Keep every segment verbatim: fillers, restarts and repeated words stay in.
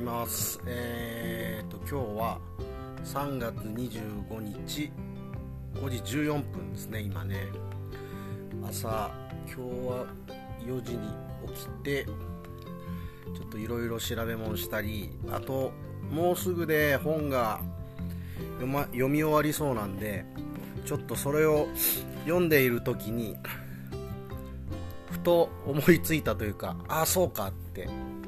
ます。えーと今日はさんがつにじゅうごにちごじじゅうよんぷんですね。今ね、朝今日はよじに起きてちょっといろいろ調べ物したり、あともうすぐで本が読、ま、読み終わりそうなんで、ちょっとそれを読んでいる時にふと思いついたというか、ああそうかって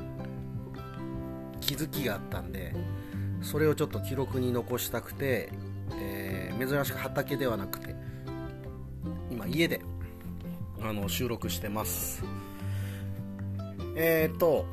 気づきがあったんで、それをちょっと記録に残したくて、えー、珍しく畑ではなくて今家であの収録してます。えーと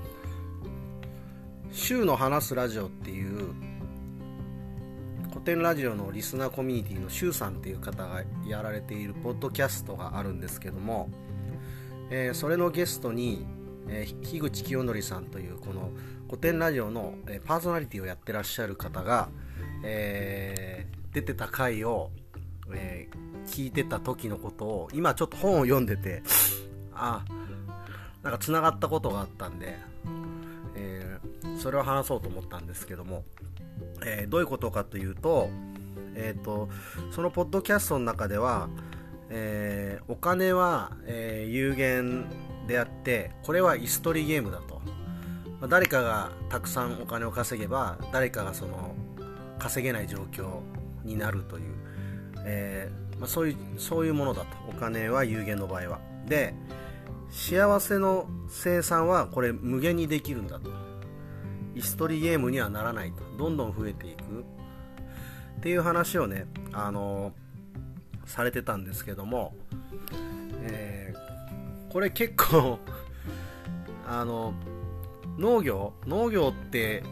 週の話すラジオっていう古典ラジオのリスナーコミュニティの週さんっていう方がやられているポッドキャストがあるんですけども、えー、それのゲストに、えー、樋口清則さんというこの古典ラジオの、えー、パーソナリティをやってらっしゃる方が、えー、出てた回を、えー、聞いてた時のことを今ちょっと本を読んでて、あなんかつながったことがあったんで、えー、それを話そうと思ったんですけども、えー、どういうことかというと、えーと、そのポッドキャストの中では、えー、お金は、えー、有限であって、これは椅子取りゲームだと、まあ、誰かがたくさんお金を稼げば誰かがその稼げない状況になるという、えーまあ、そういうそういうものだと。お金は有限の場合はで、幸せの生産はこれ無限にできるんだと。椅子取りゲームにはならないと、どんどん増えていくっていう話をね、あのー、されてたんですけども、えー、これ結構あの農業農業って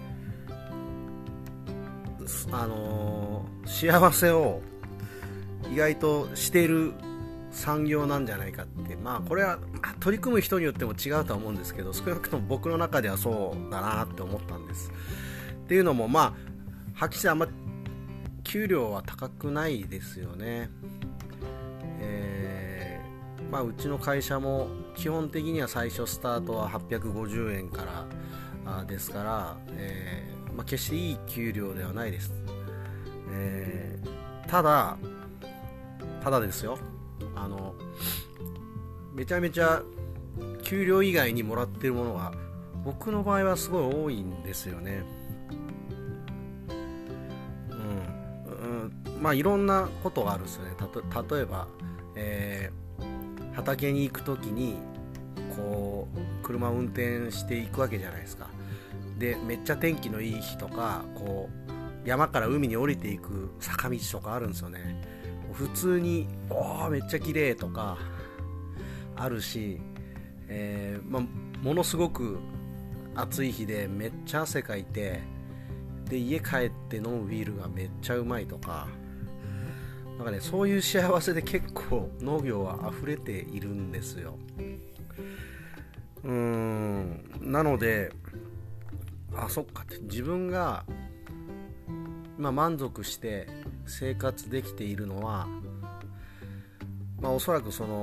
あのー、幸せを意外としている産業なんじゃないかって、まあこれは取り組む人によっても違うとは思うんですけど、少なくとも僕の中ではそうだなって思ったんです。っていうのも、まあはっきりしてあんま給料は高くないですよね。えー、まあうちの会社も基本的には最初スタートははっぴゃくごじゅうえんからですから、えーまあ、決していい給料ではないです。えー、ただただですよ、あのめちゃめちゃ給料以外にもらってるものが僕の場合はすごい多いんですよね。うん、うん、まあいろんなことがあるんですよね。たと例えば、えー、畑に行くときにこう車を運転していくわけじゃないですか。でめっちゃ天気のいい日とか、こう山から海に降りていく坂道とかあるんですよね。普通におーめっちゃ綺麗とかあるし、えーまあ、ものすごく暑い日でめっちゃ汗かいて、で家帰って飲むビールがめっちゃうまいとか、なんかね、そういう幸せで結構農業は溢れているんですよ。うーんなので、あそっかって、自分が今満足して生活できているのは、まあおそらくその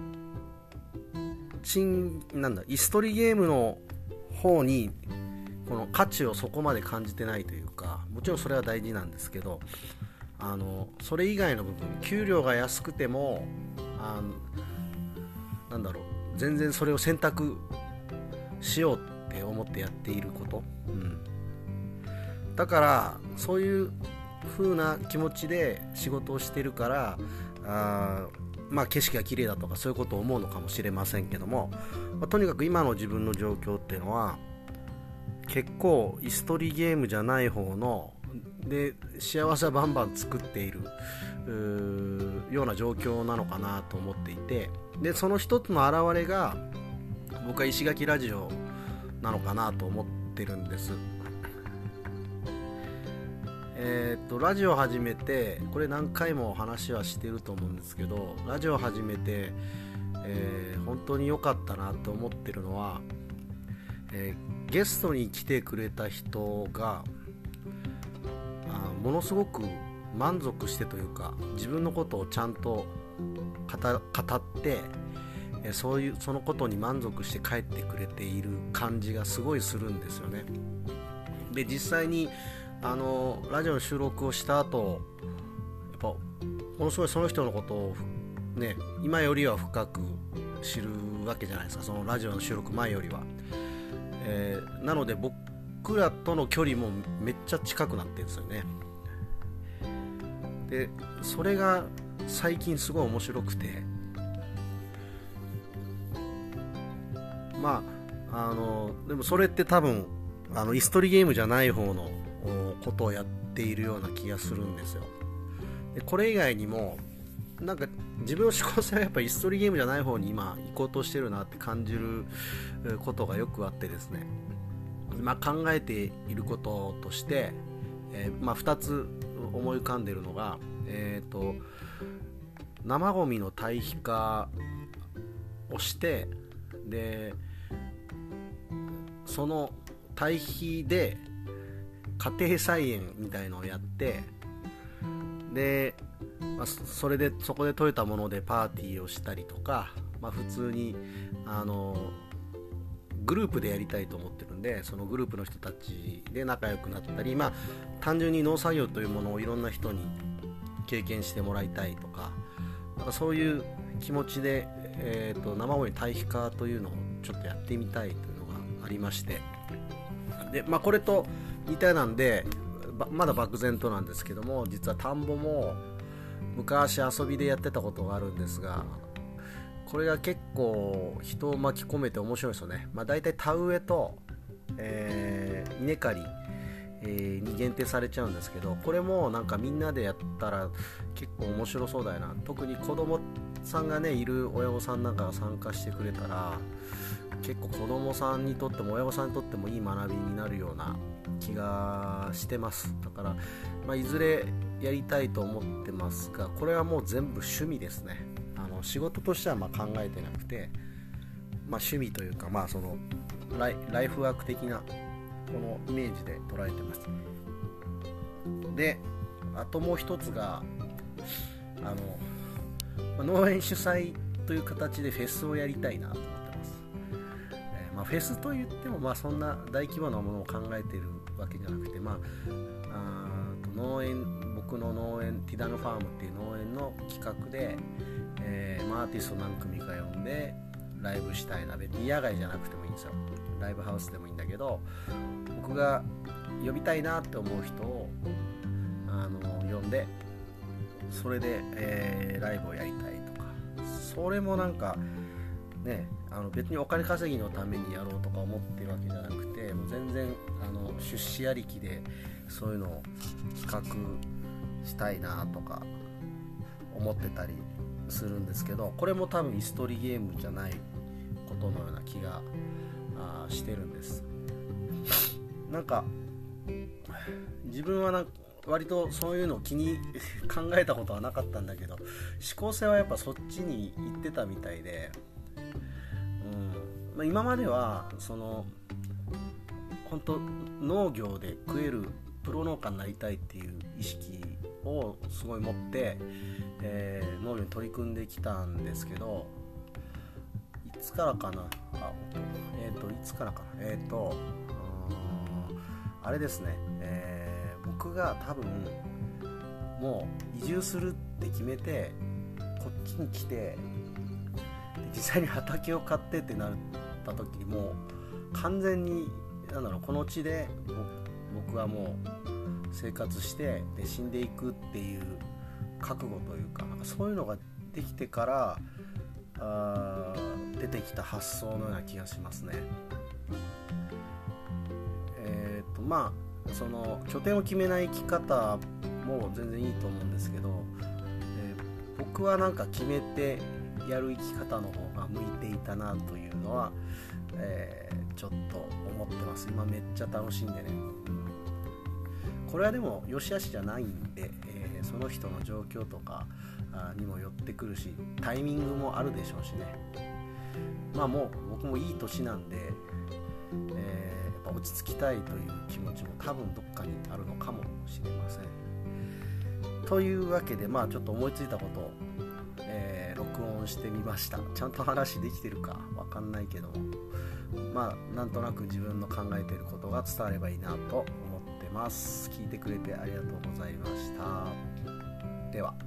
チンなんだ椅子取りゲームの方にこの価値をそこまで感じてないというか、もちろんそれは大事なんですけど、あのそれ以外の部分、給料が安くてもあなんだろう全然それを選択しようって思ってやっていること、うん、だからそういう風な気持ちで仕事をしてるから、あまあ景色が綺麗だとかそういうことを思うのかもしれませんけども、まあ、とにかく今の自分の状況っていうのは結構椅子取りゲームじゃない方ので幸せはバンバン作っているような状況なのかなと思っていて、でその一つの表れが僕は石垣ラジオなのかなと思ってるんです。えー、とラジオを始めて、これ何回も話はしてると思うんですけど、ラジオを始めて、えー、本当に良かったなと思ってるのは、えー、ゲストに来てくれた人があものすごく満足してというか、自分のことをちゃんと語、語って、えー、そういうそのことに満足して帰ってくれている感じがすごいするんですよね。 で実際にあのラジオの収録をした後、やっぱものすごいその人のことをね、今よりは深く知るわけじゃないですか、そのラジオの収録前よりは、えー、なので僕らとの距離もめっちゃ近くなってるんですよね。でそれが最近すごい面白くて、まああのでもそれって多分あのイス取りゲームじゃない方のことをやっているような気がするんですよ。でこれ以外にもなんか自分の思考性はやっぱりイス取りゲームじゃない方に今行こうとしてるなって感じることがよくあってですね、まあ、考えていることとして、えーまあ、ふたつ思い浮かんでいるのが、えーと、生ゴミの堆肥化をして、でその堆肥で家庭菜園みたいのをやって、で、まあ、それでそこで採れたものでパーティーをしたりとか、まあ、普通にあのグループでやりたいと思ってるんで、そのグループの人たちで仲良くなったり、まあ、単純に農作業というものをいろんな人に経験してもらいたいとか、なんかそういう気持ちで、えーと、生ゴミ堆肥化というのをちょっとやってみたいというのがありまして、で、まあ、これと似たようなんでまだ漠然となんですけども、実は田んぼも昔遊びでやってたことがあるんですが、これが結構人を巻き込めて面白いですよね。まあ、大体田植えと、えー、稲刈り、えー、に限定されちゃうんですけど、これもなんかみんなでやったら結構面白そうだよな。特に子供さんがねいる親御さんなんかが参加してくれたら、結構子供さんにとっても親御さんにとってもいい学びになるような気がしてます。だから、まあ、いずれやりたいと思ってますが、これはもう全部趣味ですね。あの仕事としてはまあ考えてなくて、まあ、趣味というか、まあ、そのライ、ライフワーク的なこのイメージで捉えてます。で、あともう一つがあの、まあ、農園主催という形でフェスをやりたいなと思ってます。えーまあ、フェスといってもまあそんな大規模なものを考えているわけじゃなくて、まあ、あ農園僕の農園ティダヌファームっていう農園の企画で、えーまあ、アーティスト何組か呼んでライブしたいな。別に野外じゃなくてもいいんですよ。ライブハウスでもいいんだけど、僕が呼びたいなって思う人をあの呼んで、それで、えー、ライブをやりたいとか、それもなんかね、あの別にお金稼ぎのためにやろうとか思ってるわけじゃなくて、もう全然あの出資ありきでそういうのを企画したいなとか思ってたりするんですけど、これも多分イス取りゲームじゃないことのような気があしてるんです。なんか自分はなんか割とそういうのを気に考えたことはなかったんだけど、思考性はやっぱそっちに行ってたみたいで、うんまあ、今まではその本当農業で食えるプロ農家になりたいっていう意識をすごい持って、えー、農業に取り組んできたんですけど、いつからかなあえっ、ー、といつからかなえっ、ー、とあれですね、えー、僕が多分もう移住するって決めてこっちに来て、実際に畑を買ってってなった時にもう完全になんだろう、この地で僕はもう生活してで死んでいくっていう覚悟というか、なんかそういうのができてからあ出てきた発想のような気がしますね。えーとまあその拠点を決めない生き方も全然いいと思うんですけど、えー、僕はなんか決めてやる生き方の方が向いていたなというのは、えー、ちょっと思ってます。今めっちゃ楽しんでね、うん、これはでも良し悪しじゃないんで、えー、その人の状況とかにも寄ってくるし、タイミングもあるでしょうしね。まあもう僕もいい年なんで、えー、やっぱ落ち着きたいという気持ちも多分どっかにあるのかもしれません。というわけで、まあちょっと思いついたことを、えー、録音してみました。ちゃんと話できてるかわかんないけども、まあなんとなく自分の考えていることが伝わればいいなと思ます。聞いてくれてありがとうございました。では。